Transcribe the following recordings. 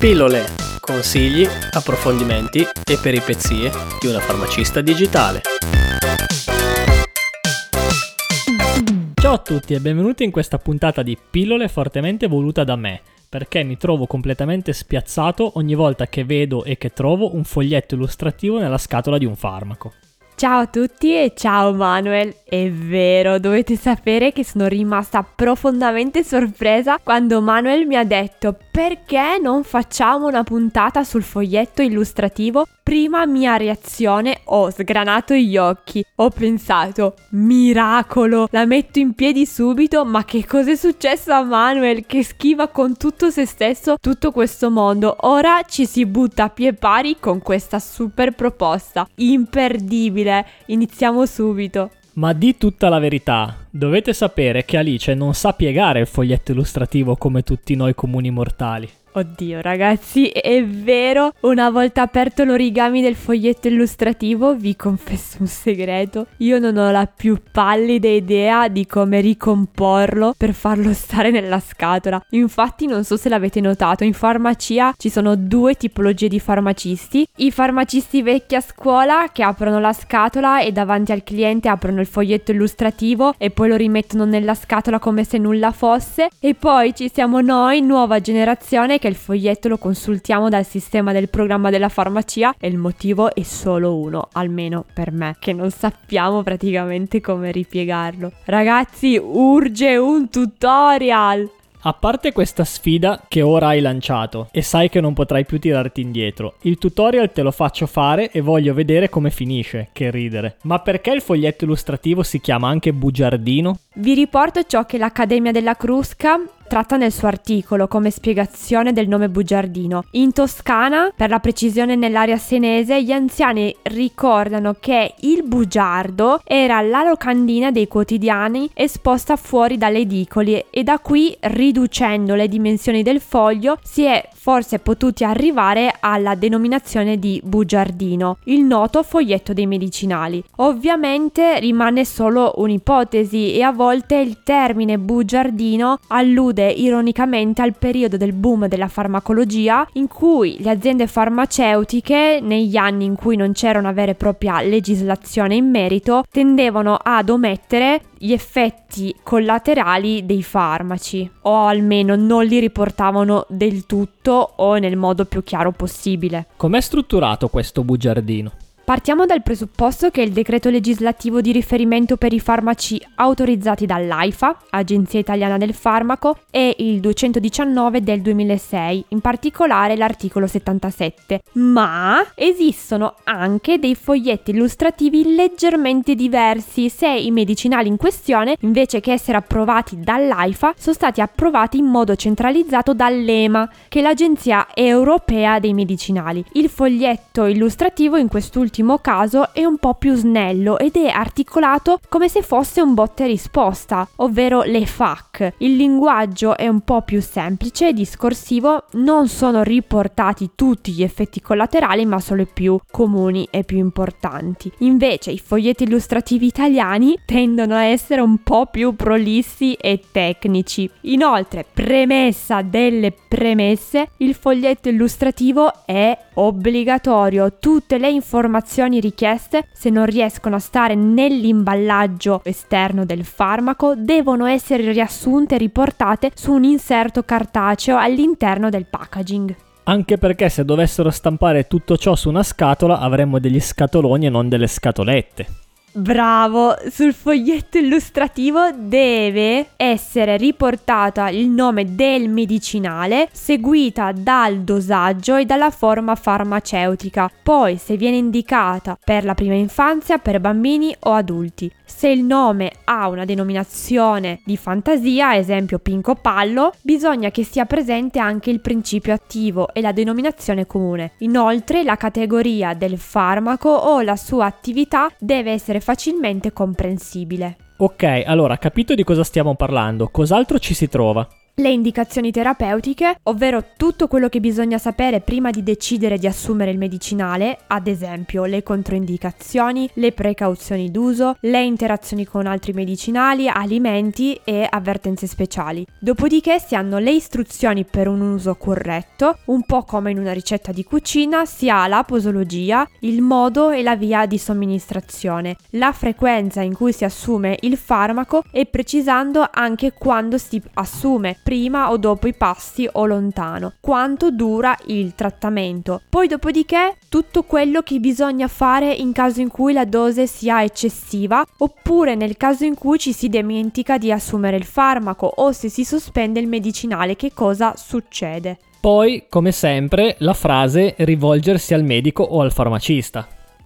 Pillole, consigli, approfondimenti e peripezie di una farmacista digitale. Ciao a tutti e benvenuti in questa puntata di Pillole fortemente voluta da me, perché mi trovo completamente spiazzato ogni volta che vedo e che trovo un foglietto illustrativo nella scatola di un farmaco. Ciao a tutti e ciao Manuel, è vero, dovete sapere che sono rimasta profondamente sorpresa quando Manuel mi ha detto perché non facciamo una puntata sul foglietto illustrativo. Prima mia reazione, ho sgranato gli occhi, ho pensato, miracolo, la metto in piedi subito, ma che cosa è successo a Manuel che schiva con tutto se stesso tutto questo mondo? Ora ci si butta a pie pari con questa super proposta, imperdibile, iniziamo subito. Ma di tutta la verità, dovete sapere che Alice non sa piegare il foglietto illustrativo come tutti noi comuni mortali. Oddio ragazzi, è vero, una volta aperto l'origami del foglietto illustrativo vi confesso un segreto, io non ho la più pallida idea di come ricomporlo per farlo stare nella scatola. Infatti non so se l'avete notato, in farmacia ci sono due tipologie di farmacisti: i farmacisti vecchi a scuola che aprono la scatola e davanti al cliente aprono il foglietto illustrativo e poi lo rimettono nella scatola come se nulla fosse, e poi ci siamo noi, nuova generazione, che il foglietto lo consultiamo dal sistema del programma della farmacia e il motivo è solo uno, almeno per me, che non sappiamo praticamente come ripiegarlo. Ragazzi, urge un tutorial! A parte questa sfida che ora hai lanciato e sai che non potrai più tirarti indietro, il tutorial te lo faccio fare e voglio vedere come finisce, che ridere. Ma perché il foglietto illustrativo si chiama anche bugiardino? Vi riporto ciò che l'Accademia della Crusca tratta nel suo articolo come spiegazione del nome bugiardino. In Toscana, per la precisione nell'area senese, gli anziani ricordano che il bugiardo era la locandina dei quotidiani esposta fuori dalle edicoli, e da qui, riducendo le dimensioni del foglio, si è forse potuti arrivare alla denominazione di bugiardino, il noto foglietto dei medicinali. Ovviamente rimane solo un'ipotesi e a volte il termine bugiardino allude ironicamente al periodo del boom della farmacologia, in cui le aziende farmaceutiche, negli anni in cui non c'era una vera e propria legislazione in merito, tendevano ad omettere gli effetti collaterali dei farmaci, o almeno non li riportavano del tutto o nel modo più chiaro possibile. Com'è strutturato questo bugiardino? Partiamo dal presupposto che il decreto legislativo di riferimento per i farmaci autorizzati dall'AIFA, Agenzia Italiana del Farmaco, è il 219 del 2006, in particolare l'articolo 77. Ma esistono anche dei foglietti illustrativi leggermente diversi se i medicinali in questione, invece che essere approvati dall'AIFA, sono stati approvati in modo centralizzato dall'EMA, che è l'Agenzia Europea dei Medicinali. Il foglietto illustrativo in quest'ultimo caso è un po' più snello ed è articolato come se fosse un botta e risposta, ovvero le FAQ. Il linguaggio è un po' più semplice e discorsivo, non sono riportati tutti gli effetti collaterali ma solo i più comuni e più importanti. Invece i foglietti illustrativi italiani tendono a essere un po' più prolissi e tecnici. Inoltre, premessa delle premesse, il foglietto illustrativo è obbligatorio. Tutte le informazioni richieste, se non riescono a stare nell'imballaggio esterno del farmaco, devono essere riassunte e riportate su un inserto cartaceo all'interno del packaging. Anche perché se dovessero stampare tutto ciò su una scatola avremmo degli scatoloni e non delle scatolette. Bravo! Sul foglietto illustrativo deve essere riportata il nome del medicinale, seguita dal dosaggio e dalla forma farmaceutica. Poi, se viene indicata per la prima infanzia, per bambini o adulti. Se il nome ha una denominazione di fantasia, esempio Pinco Pallo, bisogna che sia presente anche il principio attivo e la denominazione comune. Inoltre, la categoria del farmaco o la sua attività deve essere facilmente comprensibile. Ok, allora capito di cosa stiamo parlando, cos'altro ci si trova? le indicazioni terapeutiche, ovvero tutto quello che bisogna sapere prima di decidere di assumere il medicinale, ad esempio le controindicazioni, le precauzioni d'uso, le interazioni con altri medicinali, alimenti e avvertenze speciali. Dopodiché si hanno le istruzioni per un uso corretto, un po' come in una ricetta di cucina, si ha la posologia, il modo e la via di somministrazione, la frequenza in cui si assume il farmaco e precisando anche quando si assume, prima o dopo i pasti o lontano, quanto dura il trattamento. Poi dopodiché tutto quello che bisogna fare in caso in cui la dose sia eccessiva oppure nel caso in cui ci si dimentica di assumere il farmaco o se si sospende il medicinale, che cosa succede. Poi, come sempre, la frase rivolgersi al medico o al farmacista.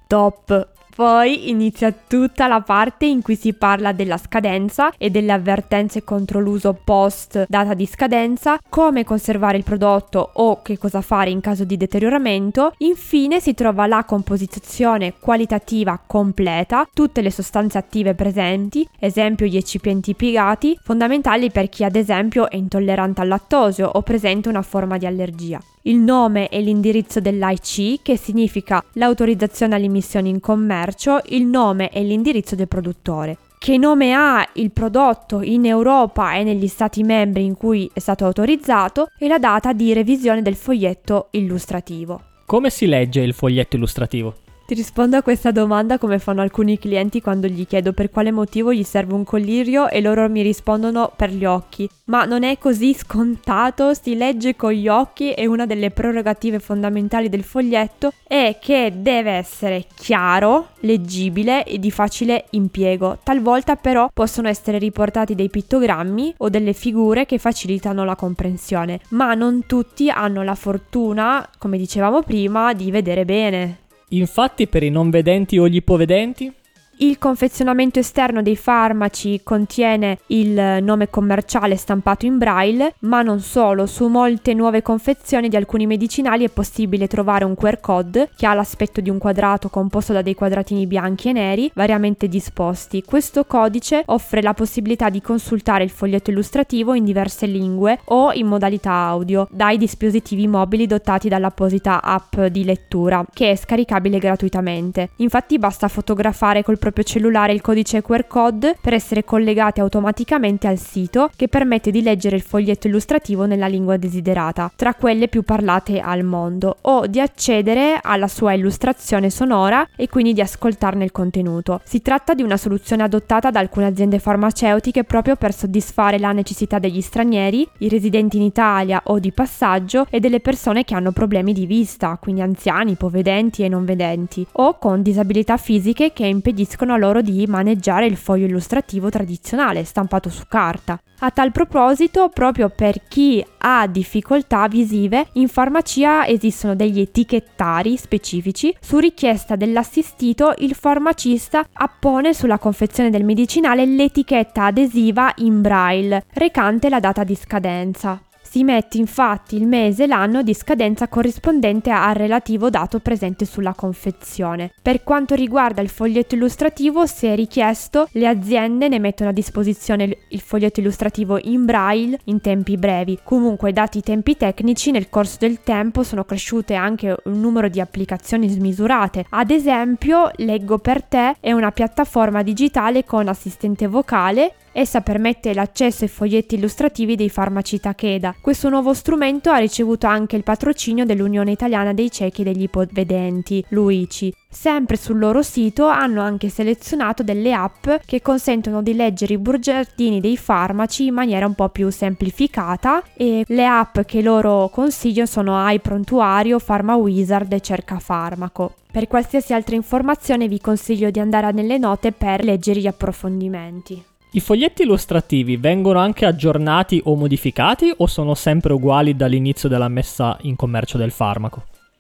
Top! Poi inizia tutta la parte in cui si parla della scadenza e delle avvertenze contro l'uso post data di scadenza, come conservare il prodotto o che cosa fare in caso di deterioramento. Infine si trova la composizione qualitativa completa, tutte le sostanze attive presenti, esempio gli eccipienti piegati, fondamentali per chi ad esempio è intollerante al lattosio o presenta una forma di allergia. Il nome e l'indirizzo dell'AIC, che significa l'autorizzazione all'immissione in commercio, il nome e l'indirizzo del produttore. Che nome ha il prodotto in Europa e negli stati membri in cui è stato autorizzato e la data di revisione del foglietto illustrativo. Come si legge il foglietto illustrativo? Ti rispondo a questa domanda come fanno alcuni clienti quando gli chiedo per quale motivo gli serve un collirio e loro mi rispondono per gli occhi. Ma non è così scontato, si legge con gli occhi e una delle prerogative fondamentali del foglietto è che deve essere chiaro, leggibile e di facile impiego. Talvolta però possono essere riportati dei pittogrammi o delle figure che facilitano la comprensione, ma non tutti hanno la fortuna, come dicevamo prima, di vedere bene. Infatti, per i non vedenti o gli ipovedenti? Il confezionamento esterno dei farmaci contiene il nome commerciale stampato in braille, ma non solo. Su molte nuove confezioni di alcuni medicinali è possibile trovare un QR code che ha l'aspetto di un quadrato composto da dei quadratini bianchi e neri variamente disposti. Questo codice offre la possibilità di consultare il foglietto illustrativo in diverse lingue o in modalità audio dai dispositivi mobili dotati dall'apposita app di lettura, che è scaricabile gratuitamente. Infatti basta fotografare col proprio cellulare il codice QR code per essere collegati automaticamente al sito, che permette di leggere il foglietto illustrativo nella lingua desiderata, tra quelle più parlate al mondo, o di accedere alla sua illustrazione sonora e quindi di ascoltarne il contenuto. Si tratta di una soluzione adottata da alcune aziende farmaceutiche proprio per soddisfare la necessità degli stranieri, i residenti in Italia o di passaggio e delle persone che hanno problemi di vista, quindi anziani, ipovedenti e non vedenti, o con disabilità fisiche che impediscono a loro di maneggiare il foglio illustrativo tradizionale stampato su carta. A tal proposito, proprio per chi ha difficoltà visive, in farmacia esistono degli etichettari specifici. Su richiesta dell'assistito, il farmacista appone sulla confezione del medicinale l'etichetta adesiva in braille, recante la data di scadenza. Si mette infatti il mese e l'anno di scadenza corrispondente al relativo dato presente sulla confezione. Per quanto riguarda il foglietto illustrativo, se richiesto, le aziende ne mettono a disposizione il foglietto illustrativo in braille in tempi brevi. Comunque, dati i tempi tecnici, nel corso del tempo sono cresciute anche un numero di applicazioni smisurate. Ad esempio, Leggo per te è una piattaforma digitale con assistente vocale. Essa permette l'accesso ai foglietti illustrativi dei farmaci Takeda. Questo nuovo strumento ha ricevuto anche il patrocinio dell'Unione Italiana dei Ciechi e degli Ipovedenti, l'UICI. Sempre sul loro sito hanno anche selezionato delle app che consentono di leggere i bugiardini dei farmaci in maniera un po' più semplificata, e le app che loro consigliano sono iProntuario, PharmaWizard e Cercafarmaco. Per qualsiasi altra informazione vi consiglio di andare nelle note per leggere gli approfondimenti. I foglietti illustrativi vengono anche aggiornati o modificati o sono sempre uguali dall'inizio della messa in commercio del farmaco?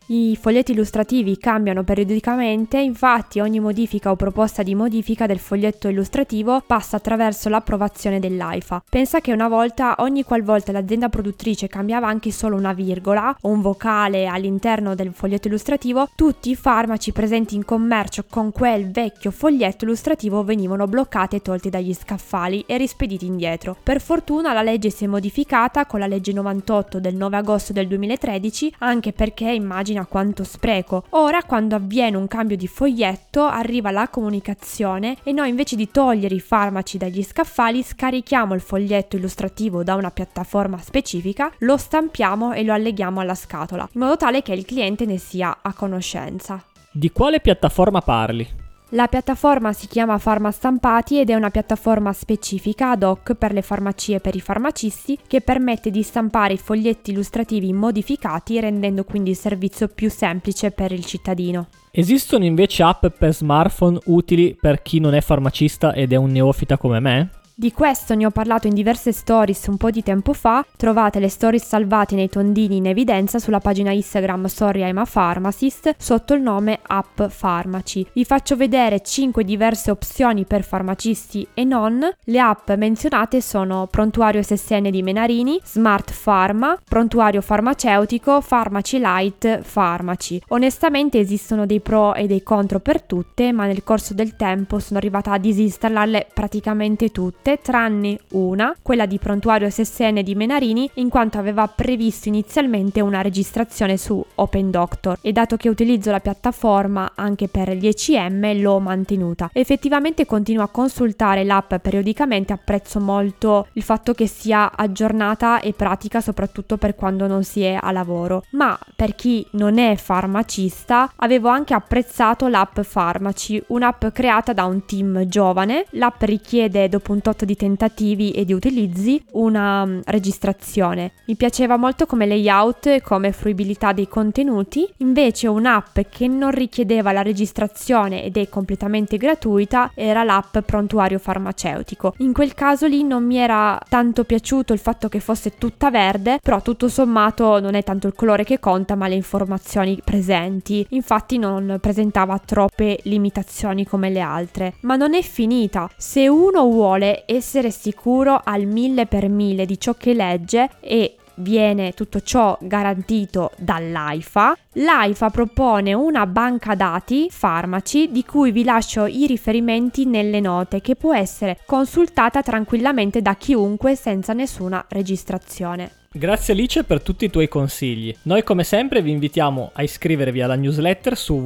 I foglietti illustrativi cambiano periodicamente, infatti ogni modifica o proposta di modifica del foglietto illustrativo passa attraverso l'approvazione dell'AIFA. Pensa che una volta, ogni qualvolta l'azienda produttrice cambiava anche solo una virgola o un vocale all'interno del foglietto illustrativo, tutti i farmaci presenti in commercio con quel vecchio foglietto illustrativo venivano bloccati e tolti dagli scaffali e rispediti indietro. Per fortuna la legge si è modificata con la legge 98 del 9 agosto del 2013, anche perché immagina quanto spreco. Ora, quando avviene un cambio di foglietto, arriva la comunicazione e noi, invece di togliere i farmaci dagli scaffali, scarichiamo il foglietto illustrativo da una piattaforma specifica, lo stampiamo e lo alleghiamo alla scatola, in modo tale che il cliente ne sia a conoscenza. Di quale piattaforma parli? La piattaforma si chiama Farmastampati ed è una piattaforma specifica ad hoc per le farmacie e per i farmacisti, che permette di stampare i foglietti illustrativi modificati, rendendo quindi il servizio più semplice per il cittadino. Esistono invece app per smartphone utili per chi non è farmacista ed è un neofita come me? Di questo ne ho parlato in diverse stories un po' di tempo fa. Trovate le stories salvate nei tondini in evidenza sulla pagina Instagram Sorry I'm a Pharmacist sotto il nome App Farmaci. Vi faccio vedere 5 diverse opzioni per farmacisti e non. Le app menzionate sono Prontuario SSN di Menarini, Smart Pharma, Prontuario Farmaceutico, Farmaci Lite, Farmaci. Onestamente esistono dei pro e dei contro per tutte, ma nel corso del tempo sono arrivata a disinstallarle praticamente tutte, tranne una, quella di Prontuario SSN di Menarini, in quanto aveva previsto inizialmente una registrazione su Open Doctor, e dato che utilizzo la piattaforma anche per gli ECM l'ho mantenuta. Effettivamente continuo a consultare l'app periodicamente, apprezzo molto il fatto che sia aggiornata e pratica, soprattutto per quando non si è a lavoro. Ma per chi non è farmacista, avevo anche apprezzato l'app Farmaci, un'app creata da un team giovane. L'app richiede, dopo un tot di tentativi e di utilizzi, una registrazione. Mi piaceva molto come layout e come fruibilità dei contenuti. Invece un'app che non richiedeva la registrazione ed è completamente gratuita era l'app Prontuario Farmaceutico. In quel caso lì non mi era tanto piaciuto il fatto che fosse tutta verde, però tutto sommato non è tanto il colore che conta ma le informazioni presenti. Infatti non presentava troppe limitazioni come le altre. Ma non è finita. Se uno vuole essere sicuro al 1000% di ciò che legge e viene tutto ciò garantito dall'AIFA, l'AIFA propone una banca dati farmaci di cui vi lascio i riferimenti nelle note, che può essere consultata tranquillamente da chiunque senza nessuna registrazione. Grazie Alice per tutti i tuoi consigli. Noi come sempre vi invitiamo a iscrivervi alla newsletter su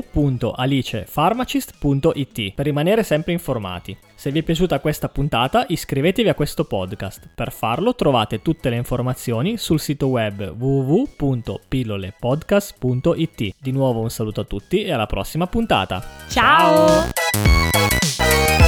www.alicepharmacist.it per rimanere sempre informati. Se vi è piaciuta questa puntata, iscrivetevi a questo podcast. Per farlo trovate tutte le informazioni sul sito web www.pillolepodcast.it. Di nuovo un saluto a tutti e alla prossima puntata. Ciao!